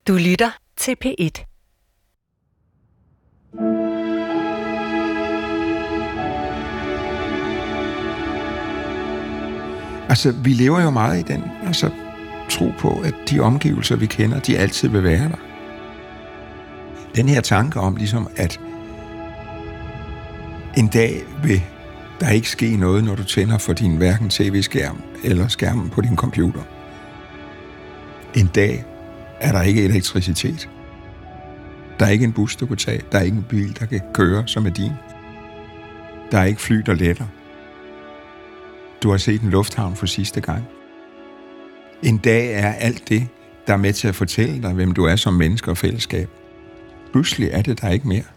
Du lytter til P1. Altså, vi lever jo meget i den tro på, at de omgivelser, vi kender, de altid vil være der. Den her tanke om, ligesom, at en dag vil der ikke ske noget, når du tænder for din hverken tv-skærm eller skærmen på din computer. En dag er der ikke elektricitet. Der er ikke en bus, du kan tage. Der er ikke en bil, der kan køre, som er din. Der er ikke fly, der letter. Du har set en lufthavn for sidste gang. En dag er alt det, der er med til at fortælle dig, hvem du er som menneske og fællesskab. Pludselig er det der ikke mere.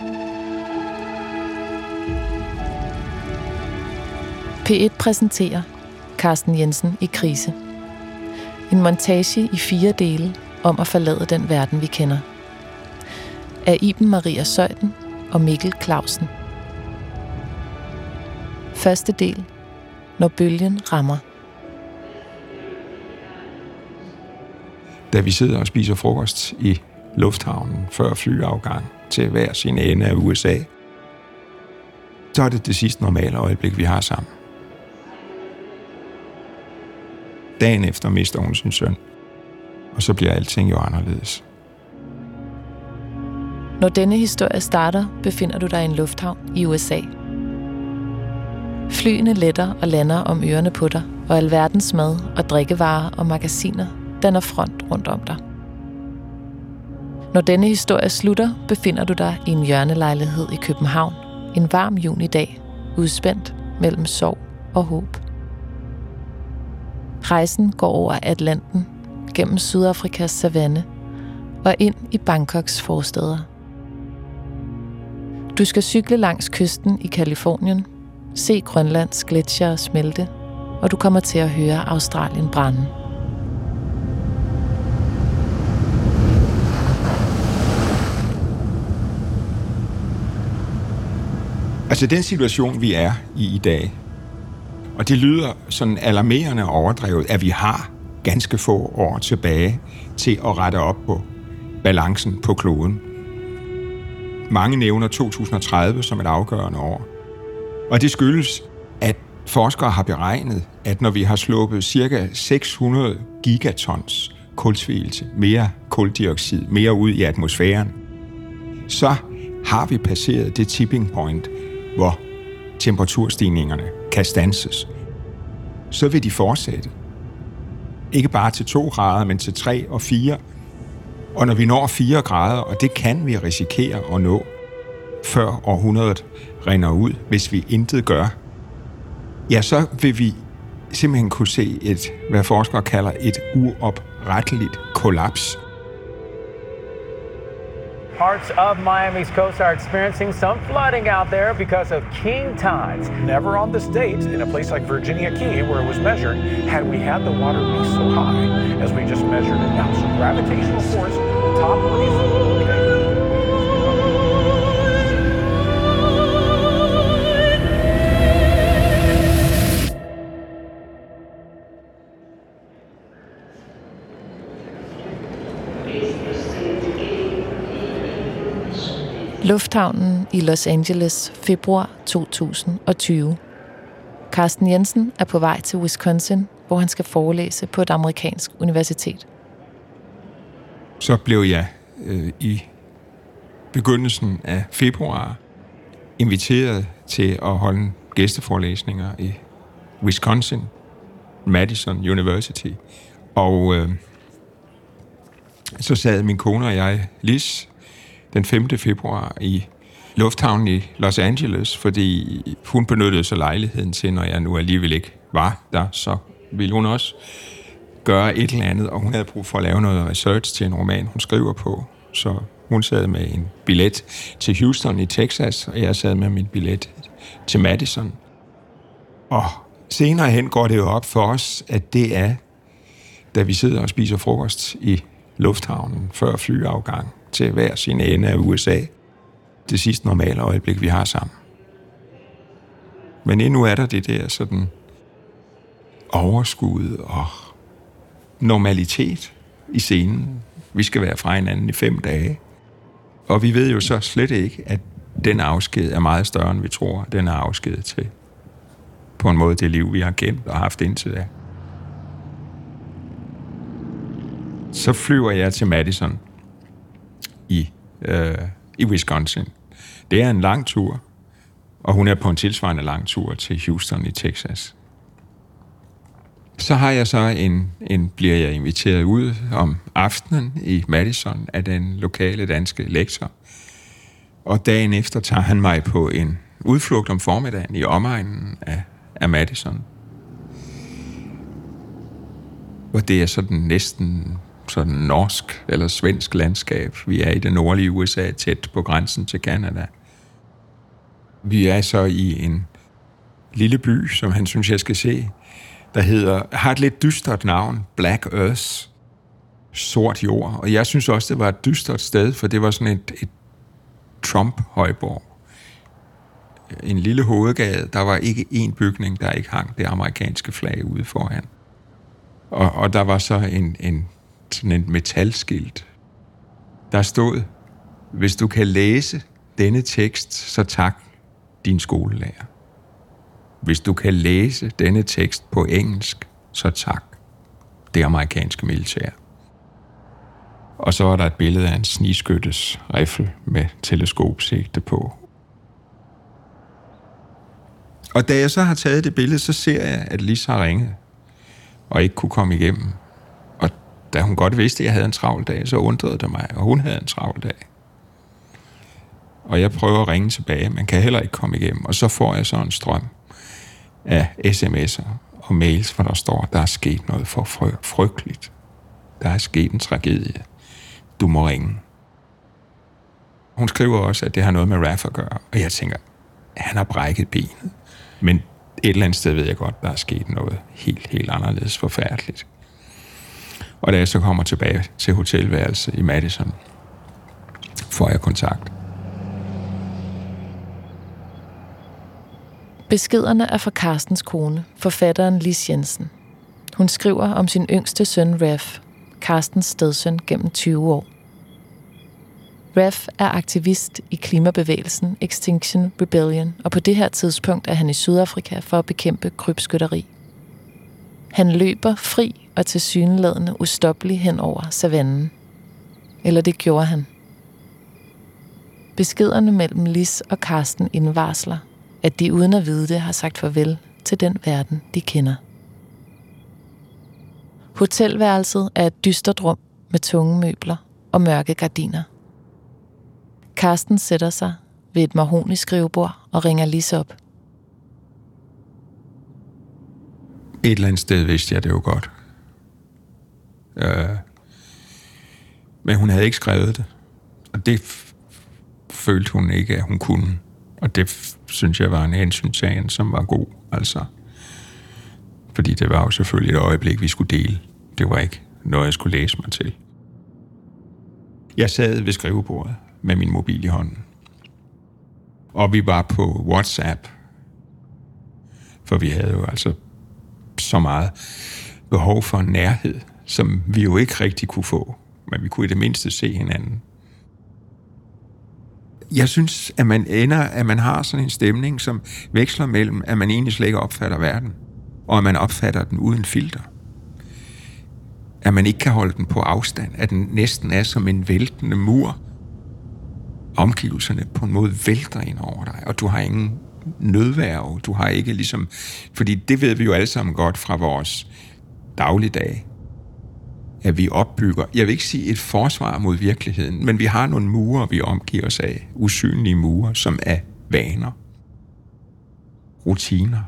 P1 præsenterer Carsten Jensen i krise. En montage i 4 dele om at forlade den verden, vi kender. Af Iben Maria Zeuthen og Mikkel Clausen. Første del. Når bølgen rammer. Da vi sidder og spiser frokost i lufthavnen før flyafgang til hver sin ende af USA, så er det sidste normale øjeblik, vi har sammen. Dagen efter mister hun sin søn, og så bliver alting jo anderledes. Når denne historie starter, befinder du dig i en lufthavn i USA. Flyene letter og lander om ørerne på dig, og alverdens mad og drikkevarer og magasiner danner front rundt om dig. Når denne historie slutter, befinder du dig i en hjørnelejlighed i København, en varm junidag, udspændt mellem sorg og håb. Rejsen går over Atlanten, gennem Sydafrikas savanne og ind i Bangkoks forstæder. Du skal cykle langs kysten i Californien, se Grønlands gletsjere smelte, og du kommer til at høre Australien brænde. Altså den situation, vi er i dag, og det lyder sådan alarmerende overdrevet, at vi har ganske få år tilbage til at rette op på balancen på kloden. Mange nævner 2030 som et afgørende år. Og det skyldes, at forskere har beregnet, at når vi har sluppet ca. 600 gigatons kulsvælelse, mere kuldioxid, mere ud i atmosfæren, så har vi passeret det tipping point, hvor temperaturstigningerne kan standses. Så vil de fortsætte. Ikke bare til 2 grader, men til 3 og 4. Og når vi når 4 grader, og det kan vi risikere at nå, før århundredet rinder ud, hvis vi intet gør, ja, så vil vi simpelthen kunne se hvad forskere kalder et uopretteligt kollaps. Parts of Miami's coast are experiencing some flooding out there because of king tides. Never on this date, in a place like Virginia Key, where it was measured, had we had the water be so high as we just measured it now. So gravitational force, top reason. Lufthavnen i Los Angeles, februar 2020. Carsten Jensen er på vej til Wisconsin, hvor han skal forelæse på et amerikansk universitet. Så blev jeg i begyndelsen af februar inviteret til at holde gæsteforelæsninger i Wisconsin, Madison University. Og så sad min kone og jeg, Lis, den 5. februar i lufthavnen i Los Angeles, fordi hun benyttede så lejligheden til, når jeg nu alligevel ikke var der, så ville hun også gøre et eller andet, og hun havde brug for at lave noget research til en roman, hun skriver på. Så hun sad med en billet til Houston i Texas, og jeg sad med min billet til Madison. Og senere hen går det jo op for os, at det er, da vi sidder og spiser frokost i lufthavnen før flyafgang til hver sin ende af USA, det sidste normale øjeblik, vi har sammen. Men endnu er der det der sådan overskud og normalitet i scenen. Vi skal være fra hinanden i 5 dage. Og vi ved jo så slet ikke, at den afsked er meget større, end vi tror, den er afsked til. På en måde det liv, vi har kendt og haft indtil da. Så flyver jeg til Madison i Wisconsin. Det er en lang tur, og hun er på en tilsvarende lang tur til Houston i Texas. Så har jeg så bliver jeg inviteret ud om aftenen i Madison af den lokale danske lektor. Og dagen efter tager han mig på en udflugt om formiddagen i omegnen af Madison. Og det er sådan næsten sådan norsk eller svensk landskab. Vi er i det nordlige USA, tæt på grænsen til Canada. Vi er så i en lille by, som han synes, jeg skal se, der har et lidt dystert navn, Black Earth, sort jord. Og jeg synes også, det var et dystert sted, for det var sådan et Trump-højborg. En lille hovedgade, der var ikke én bygning, der ikke hang det amerikanske flag ude foran. Og der var så sådan en metalskilt. Der stod, hvis du kan læse denne tekst, så tak din skolelærer. Hvis du kan læse denne tekst på engelsk, så tak det amerikanske militær. Og så var der et billede af en snigskyttes riffel med teleskopsigte på. Og da jeg så har taget det billede, så ser jeg, at Lis har ringet og ikke kunne komme igennem. Og da hun godt vidste, at jeg havde en travl dag, så undrede det mig, og hun havde en travl dag. Og jeg prøver at ringe tilbage, men kan heller ikke komme igennem. Og så får jeg så en strøm af sms'er og mails, hvor der står, der er sket noget for frygteligt. Der er sket en tragedie. Du må ringe. Hun skriver også, at det har noget med Raf at gøre. Og jeg tænker, han har brækket benet. Men et eller andet sted ved jeg godt, der er sket noget helt anderledes forfærdeligt. Og da jeg så kommer tilbage til hotelværelset i Madison, får jeg kontakt. Beskederne er fra Carstens kone, forfatteren Lis Jensen. Hun skriver om sin yngste søn Raf, Carstens stedsøn gennem 20 år. Raf er aktivist i klimabevægelsen Extinction Rebellion, og på det her tidspunkt er han i Sydafrika for at bekæmpe krybskytteri. Han løber fri og tilsyneladende ustoppelig hen over savannen. Eller det gjorde han. Beskederne mellem Lis og Carsten indvarsler, at de uden at vide det har sagt farvel til den verden, de kender. Hotelværelset er et dystert rum med tunge møbler og mørke gardiner. Carsten sætter sig ved et mahogniskrivebord og ringer Lis op. Et eller andet sted vidste jeg det jo godt. Men hun havde ikke skrevet det. Og det følte hun ikke, at hun kunne. Og det synes jeg var en hensyntagen, som var god. Altså. Fordi det var jo selvfølgelig et øjeblik, vi skulle dele. Det var ikke noget, jeg skulle læse mig til. Jeg sad ved skrivebordet med min mobil i hånden. Og vi var på WhatsApp. For vi havde jo altså så meget behov for nærhed, som vi jo ikke rigtig kunne få. Men vi kunne i det mindste se hinanden. Jeg synes, at man har sådan en stemning, som veksler mellem, at man egentlig slet ikke opfatter verden, og at man opfatter den uden filter. At man ikke kan holde den på afstand, at den næsten er som en væltende mur. Omgivelserne på en måde vælter ind over dig, og du har ingen nødværge, du har ikke ligesom... Fordi det ved vi jo alle sammen godt fra vores dagligdag, at vi opbygger, jeg vil ikke sige et forsvar mod virkeligheden, men vi har nogle mure, vi omgiver os af, usynlige mure, som er vaner, rutiner.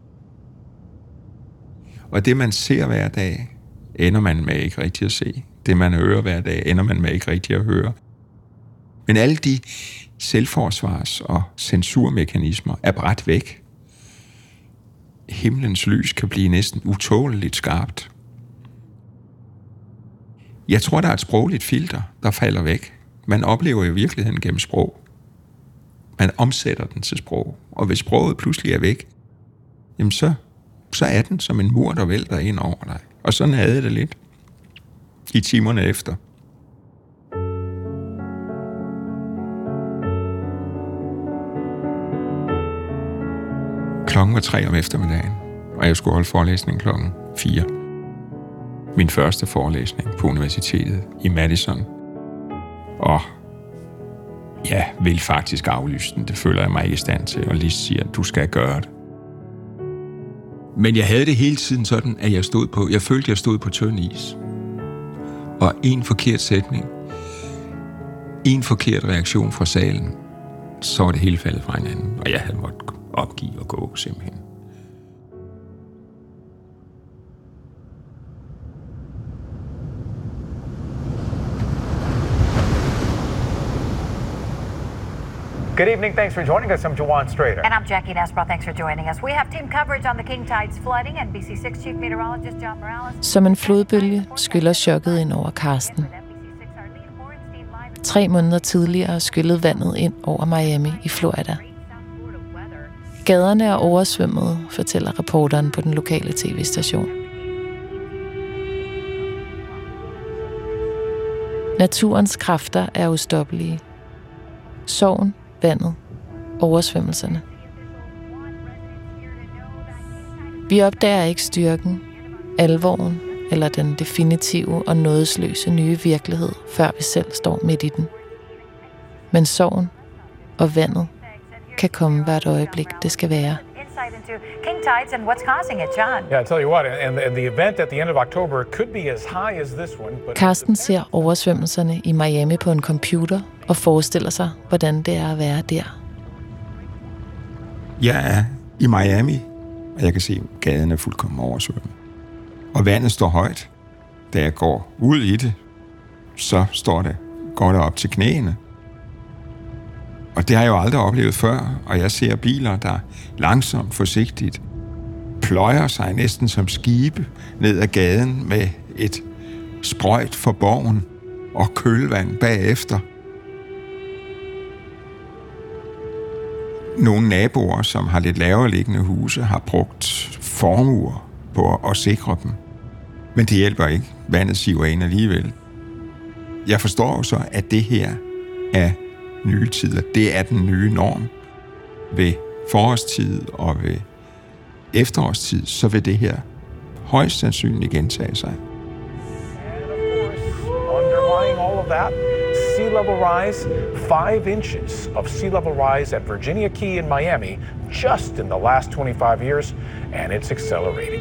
Og det, man ser hver dag, ender man med ikke rigtig at se. Det, man hører hver dag, ender man med ikke rigtig at høre. Men alle de selvforsvars- og censurmekanismer er bræt væk. Himlens lys kan blive næsten utåleligt skarpt. Jeg tror, der er et sprogligt filter, der falder væk. Man oplever jo virkeligheden gennem sprog. Man omsætter den til sprog. Og hvis sproget pludselig er væk, jamen så er den som en mur, der vælter ind over dig. Og sådan havde det lidt i timerne efter. Klokken var 3 om eftermiddagen, og jeg skulle holde forelæsning klokken 4. Min første forelæsning på universitetet i Madison. Og jeg vil faktisk aflyse den. Det føler jeg mig ikke i stand til, og Lis siger, at du skal gøre det. Men jeg havde det hele tiden sådan, at jeg følte, at jeg stod på tynd is. Og en forkert sætning, en forkert reaktion fra salen, så var det hele faldet fra hinanden, og jeg havde måttet opgive og gå simpelthen. Good evening. Thanks for joining us. I'm Jawan Strader. And I'm Jackie Nasbrough. Thanks for joining us. We have team coverage on the King Tides flooding, and NBC6 Chief Meteorologist John Morales. Som en flodbølge skyller chokket ind over Karsten. 3 måneder tidligere skyllede vandet ind over Miami i Florida. Gaderne er oversvømmet, fortæller reporteren på den lokale tv-station. Naturens kræfter er ustoppelige. Sorgen, vandet, oversvømmelserne. Vi opdager ikke styrken, alvoren eller den definitive og nådesløse nye virkelighed, før vi selv står midt i den. Men sorgen og vandet kan komme hvert øjeblik, det skal være. King Tides and what's causing it, John? Yeah, I tell you what, and the event at the end of October could be as high as this one. But Karsten ser oversvømmelserne i Miami på en computer og forestiller sig, hvordan det er at være der. Jeg er i Miami, og jeg kan se, at gaden er fuldkommen oversvømmet. Og vandet står højt. Da jeg går ud i det, så går det op til knæene. Og det har jeg jo aldrig oplevet før, og jeg ser biler, der langsomt, forsigtigt pløjer sig næsten som skibe ned ad gaden med et sprøjt for borgen og kølvand bagefter. Nogle naboer, som har lidt lavere liggende huse, har brugt formuer på at sikre dem. Men det hjælper ikke. Vandet siver ind alligevel. Jeg forstår jo så, at det her er nye tider. Det er den nye norm. Ved forårstid og ved efterårstid, så vil det her højst sandsynligt gentage sig. And of course, underlying all of that, sea level rise, 5 inches of sea level rise at Virginia Key in Miami just in the last 25 years, and it's accelerating.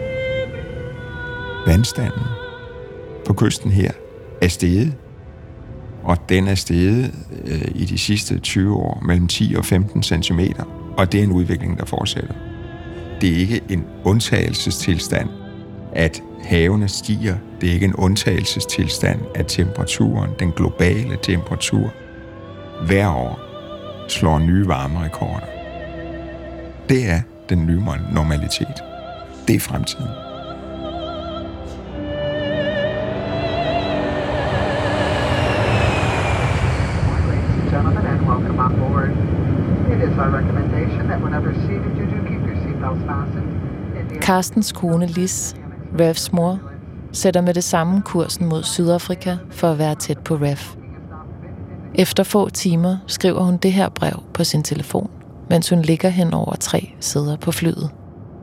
Vandstanden på kysten her er steget, og den er steget i de sidste 20 år mellem 10 og 15 centimeter, og det er en udvikling, der fortsætter. Det er ikke en undtagelsestilstand, at havene stiger. Det er ikke en undtagelsestilstand, at temperaturen, den globale temperatur, hver år slår nye varmerekorder. Det er den nye normalitet. Det er fremtiden. Gentlemen, and welcome on board. It is our recommendation that whenever seated, you do keep your seatbelts fastened. Karstens kone Lis, Refs mor, sætter med det samme kursen mod Sydafrika for at være tæt på Ref. Efter få timer skriver hun det her brev på sin telefon, mens hun ligger hen over 3 sæder på flyet.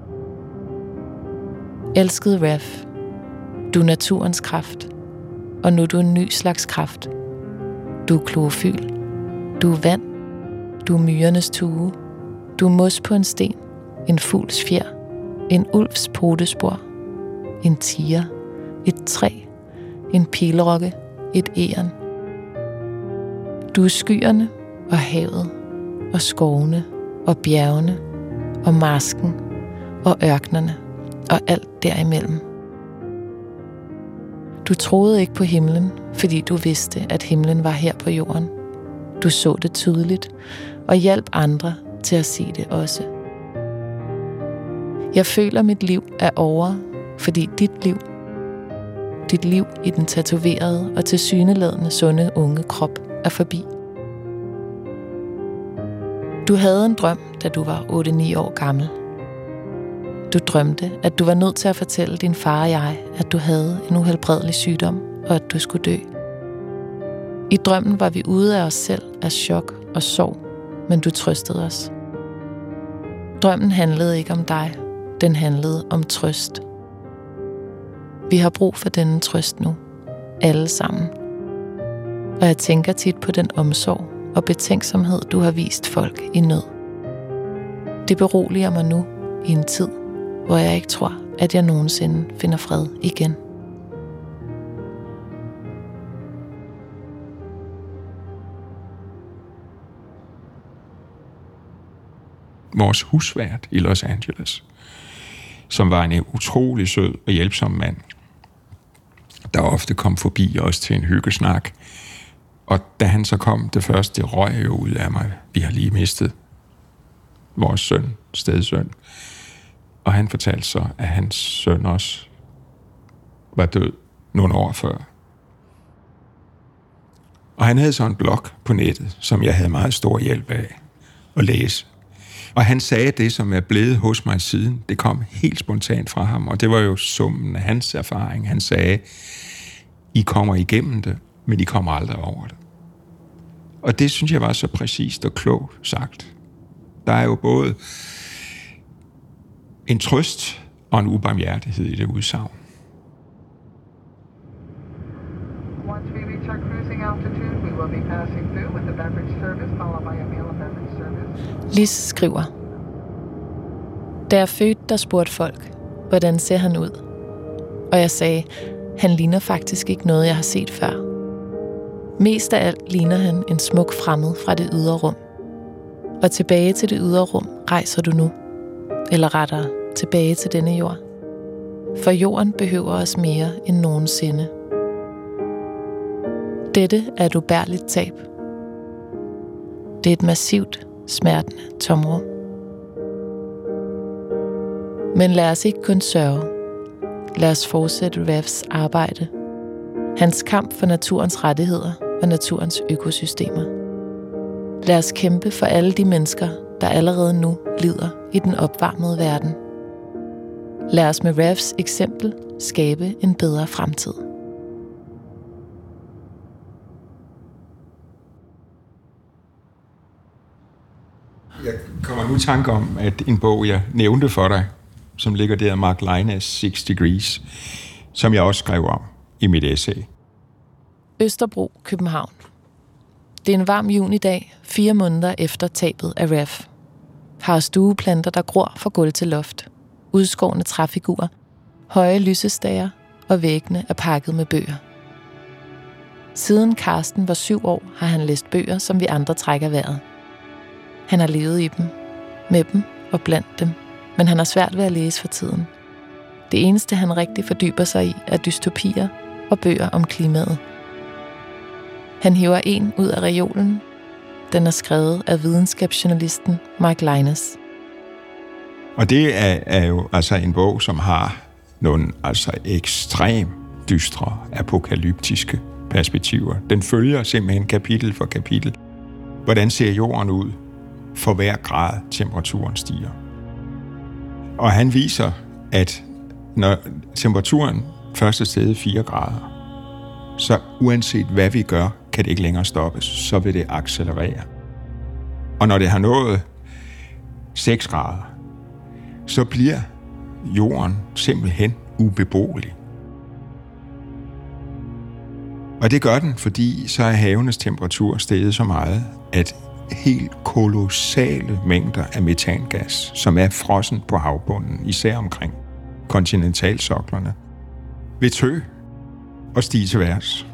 Elskede Ref, du er naturens kraft, og nu er du en ny slags kraft. Du er klorofyl. Du er vand. Du er myrernes tue. Du er mos på en sten. En fugls fjer. En ulvs potespor. En tiger. Et træ. En pilrokke. Et egern. Du er skyerne og havet og skovene og bjergene og marsken og ørkenerne og alt derimellem. Du troede ikke på himlen, fordi du vidste, at himlen var her på jorden. Du så det tydeligt, og hjalp andre til at se det også. Jeg føler, mit liv er over, fordi dit liv i den tatoverede og tilsyneladende sunde unge krop er forbi. Du havde en drøm, da du var 8-9 år gammel. Du drømte, at du var nødt til at fortælle din far og jeg, at du havde en uhelbredelig sygdom, og at du skulle dø. I drømmen var vi ude af os selv af chok og sorg, men du trøstede os. Drømmen handlede ikke om dig. Den handlede om trøst. Vi har brug for denne trøst nu. Alle sammen. Og jeg tænker tit på den omsorg og betænksomhed, du har vist folk i nød. Det beroliger mig nu i en tid, hvor jeg ikke tror, at jeg nogensinde finder fred igen. Vores husvært i Los Angeles, som var en utrolig sød og hjælpsom mand, der ofte kom forbi os til en hyggesnak. Og da han så kom, det første røg jo ud af mig. Vi har lige mistet vores søn, stedsøn. Og han fortalte så, at hans søn også var død nogle år før. Og han havde så en blog på nettet, som jeg havde meget stor hjælp af at læse. Og han sagde det, som er blevet hos mig siden. Det kom helt spontant fra ham, og det var jo summen af hans erfaring. Han sagde, I kommer igennem det, men I kommer aldrig over det. Og det synes jeg var så præcist og klogt sagt. Der er jo både en trøst og en ubarmhjertighed i det udsagn. Once we reach our cruising altitude, we will be passing through with the beverage service, followed by a meal and beverage service. Lis skriver: Da jeg fødte, der spurgte folk, hvordan ser han ud? Og jeg sagde, han ligner faktisk ikke noget, jeg har set før. Mest af alt ligner han en smuk fremmed fra det ydre rum. Og tilbage til det ydre rum rejser du nu. Eller rettere, tilbage til denne jord. For jorden behøver os mere end nogensinde. Dette er et ubærligt tab. Det er et massivt, smertende tomrum. Men lad os ikke kun sørge. Lad os fortsætte Revs arbejde. Hans kamp for naturens rettigheder og naturens økosystemer. Lad os kæmpe for alle de mennesker, der allerede nu lider i den opvarmede verden. Lad os med Revs eksempel skabe en bedre fremtid. Jeg kommer nu i tanke om, at en bog, jeg nævnte for dig, som ligger der, Mark Lynas 6 Degrees, som jeg også skrev om i mit essay. Østerbro, København. Det er en varm junidag, 4 måneder efter tabet af Rev. Har stueplanter, der gror fra gulv til loft. Udskårne træfigurer, høje lysestager og væggene er pakket med bøger. Siden Karsten var 7 år, har han læst bøger, som vi andre trækker vejret. Han har levet i dem, med dem og blandt dem, men han har svært ved at læse for tiden. Det eneste, han rigtig fordyber sig i, er dystopier og bøger om klimaet. Han hiver en ud af reolen. Den er skrevet af videnskabsjournalisten Mark Lynas. Og det er jo altså en bog, som har nogle altså ekstremt dystre, apokalyptiske perspektiver. Den følger simpelthen kapitel for kapitel. Hvordan ser jorden ud for hver grad temperaturen stiger? Og han viser, at når temperaturen først er steget 4 grader, så uanset hvad vi gør, kan det ikke længere stoppes. Så vil det accelerere. Og når det har nået 6 grader, så bliver jorden simpelthen ubeboelig. Og det gør den, fordi så er havenes temperatur steget så meget, at helt kolossale mængder af metangas, som er frossen på havbunden, især omkring kontinentalsoklerne, vil tø og stige til værs.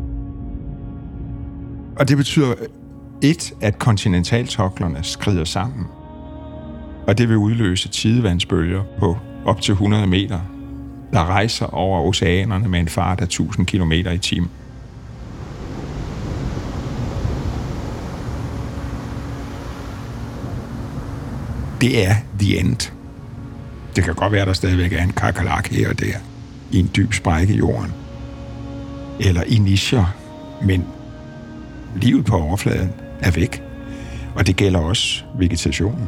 Og det betyder at kontinentalsoklerne skrider sammen, og det vil udløse tidevandsbølger på op til 100 meter, der rejser over oceanerne med en fart af 1000 km i timen. Det er the end. Det kan godt være, at der stadigvæk er en kakerlak her og der, i en dyb sprække i jorden, eller i nicher, men livet på overfladen er væk, og det gælder også vegetationen.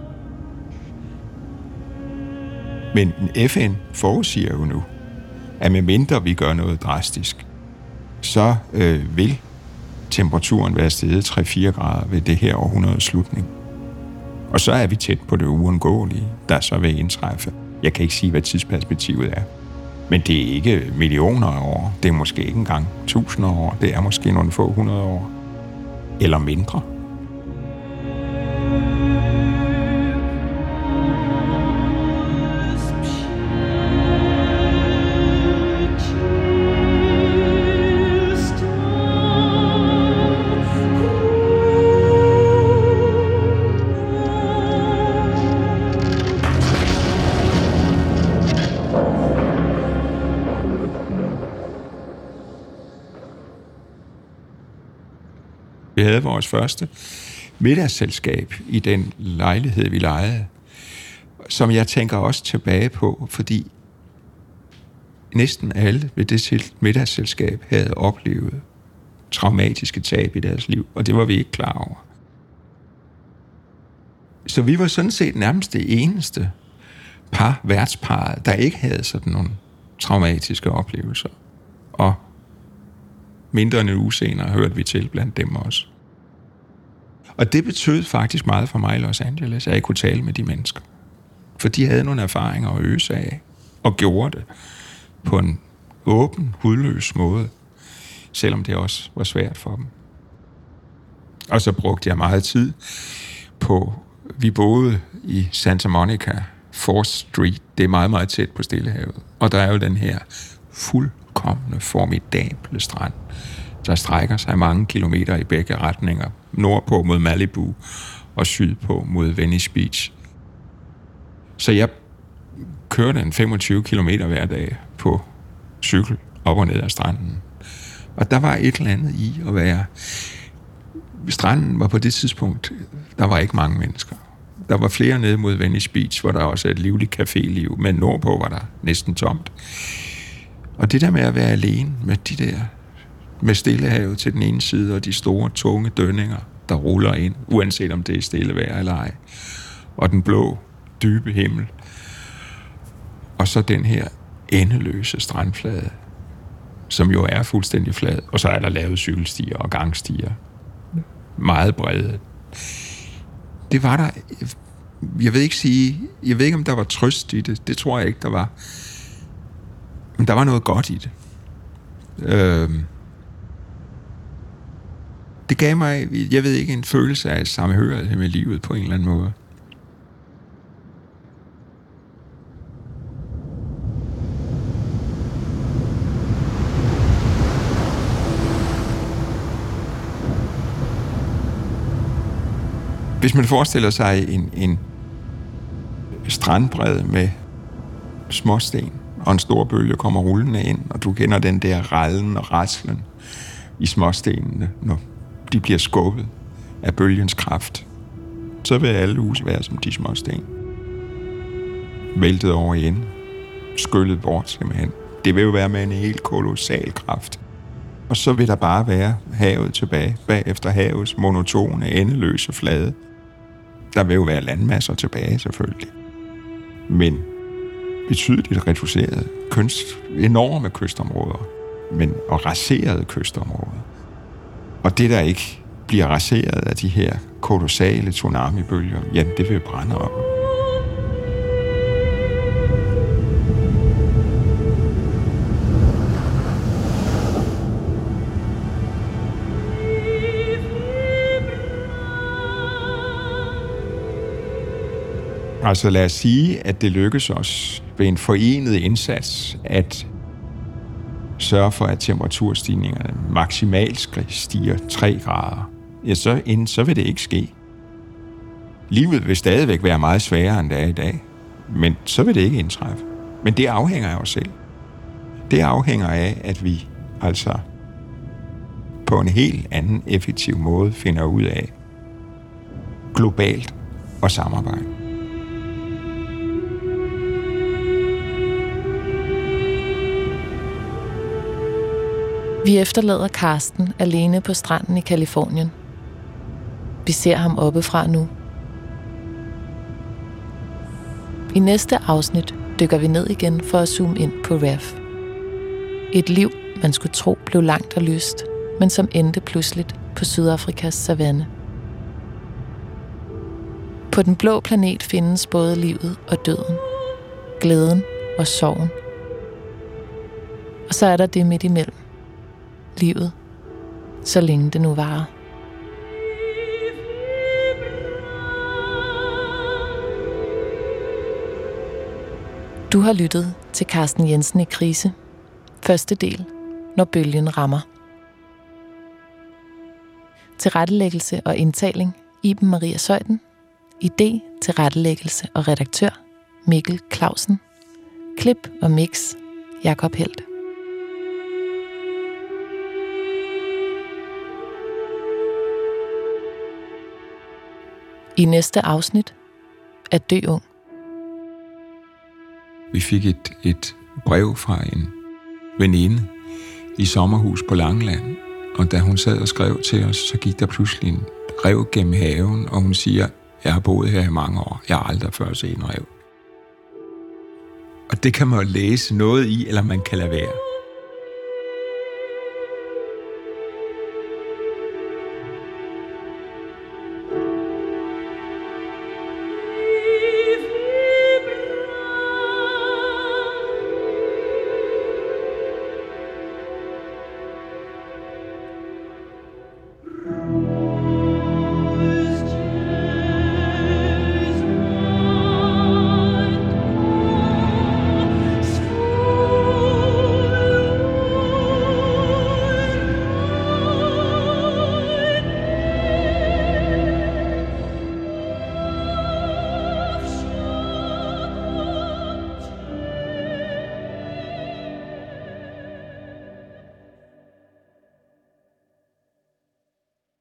Men FN forudsiger jo nu, at medmindre vi gør noget drastisk, så vil temperaturen være steget 3-4 grader ved det her århundredes slutning. Og så er vi tæt på det uundgåelige, der så vil indtræffe. Jeg kan ikke sige, hvad tidsperspektivet er. Men det er ikke millioner af år. Det er måske ikke engang tusinder af år. Det er måske nogle få 100 år. Eller mindre. Vi havde vores første middagsselskab i den lejlighed, vi lejede, som jeg tænker også tilbage på, fordi næsten alle ved det middagsselskab havde oplevet traumatiske tab i deres liv, og det var vi ikke klar over. Så vi var sådan set nærmest det eneste værtsparret, der ikke havde sådan nogle traumatiske oplevelser. Og mindre end en uge senere hørte vi til blandt dem også. Og det betød faktisk meget for mig i Los Angeles, at jeg kunne tale med de mennesker. For de havde nogle erfaringer at øse af, og gjorde det på en åben, hudløs måde, selvom det også var svært for dem. Og så brugte jeg meget tid på, vi boede i Santa Monica, 4th Street, det er meget, meget tæt på Stillehavet. Og der er jo den her fuldkomne, formidable strand, der strækker sig mange kilometer i begge retninger, nordpå mod Malibu og sydpå mod Venice Beach. Så jeg kørte en 25 kilometer hver dag på cykel op og ned ad stranden. Og der var et eller andet i at være... Stranden var på det tidspunkt, der var ikke mange mennesker. Der var flere nede mod Venice Beach, hvor der også er et livligt caféliv, men nordpå var der næsten tomt. Og det der med at være alene med de der, med Stillehavet til den ene side, og de store, tunge dønninger, der ruller ind, uanset om det er stille vejr eller ej, og den blå, dybe himmel, og så den her endeløse strandflade, som jo er fuldstændig flad, og så er der lavet cykelstier og gangstier, meget brede. Det var der, jeg ved ikke om der var trøst i det tror jeg ikke der var, men der var noget godt i det. Det gav mig, jeg ved ikke, en følelse af samhørighed med livet på en eller anden måde. Hvis man forestiller sig en strandbred med småsten, og en stor bølge kommer rullende ind, og du kender den der rallen og raslen i småstenene, når de bliver skubbet af bølgens kraft, så vil alle huse være som de småsten. Væltet over igen, skyllet bort simpelthen. Det vil jo være med en helt kolossal kraft. Og så vil der bare være havet tilbage, bagefter havets monotone, endeløse flade. Der vil jo være landmasser tilbage, selvfølgelig. Men betydeligt reducerede, enorme kystområder, og raserede kystområder. Og det, der ikke bliver raseret af de her kolossale tsunamibølger, ja, det vil brænde op. Altså lad os sige, at det lykkes os ved en forenet indsats at sørge for, at temperaturstigningerne maksimalt stiger 3 grader. Ja, så vil det ikke ske. Livet vil stadigvæk være meget sværere, end det er i dag. Men så vil det ikke indtræffe. Men det afhænger af os selv. Det afhænger af, at vi altså på en helt anden effektiv måde finder ud af globalt at samarbejde. Vi efterlader Karsten alene på stranden i Californien. Vi ser ham oppefra nu. I næste afsnit dykker vi ned igen for at zoome ind på Ref. Et liv, man skulle tro blev langt og lyst, men som endte pludseligt på Sydafrikas savanne. På den blå planet findes både livet og døden, glæden og sorgen. Og så er der det midt imellem. Livet, så længe det nu varer. Du har lyttet til Carsten Jensen i krise. Første del, når bølgen rammer. Tilrettelæggelse og indtaling, Iben Maria Zeuthen. Idé, tilrettelæggelse og redaktør, Mikkel Clausen. Klip og mix, Jakob Helt. I næste afsnit, At dø ung. Vi fik et brev fra en veninde i sommerhus på Langeland, og da hun sad og skrev til os, så gik der pludselig en rev gennem haven, og hun siger, jeg har boet her i mange år, jeg har aldrig før set en rev. Og det kan man jo læse noget i, eller man kan lade være.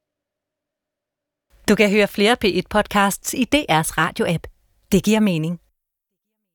Du kan høre flere P1-podcasts i DR's radio-app. Det giver mening.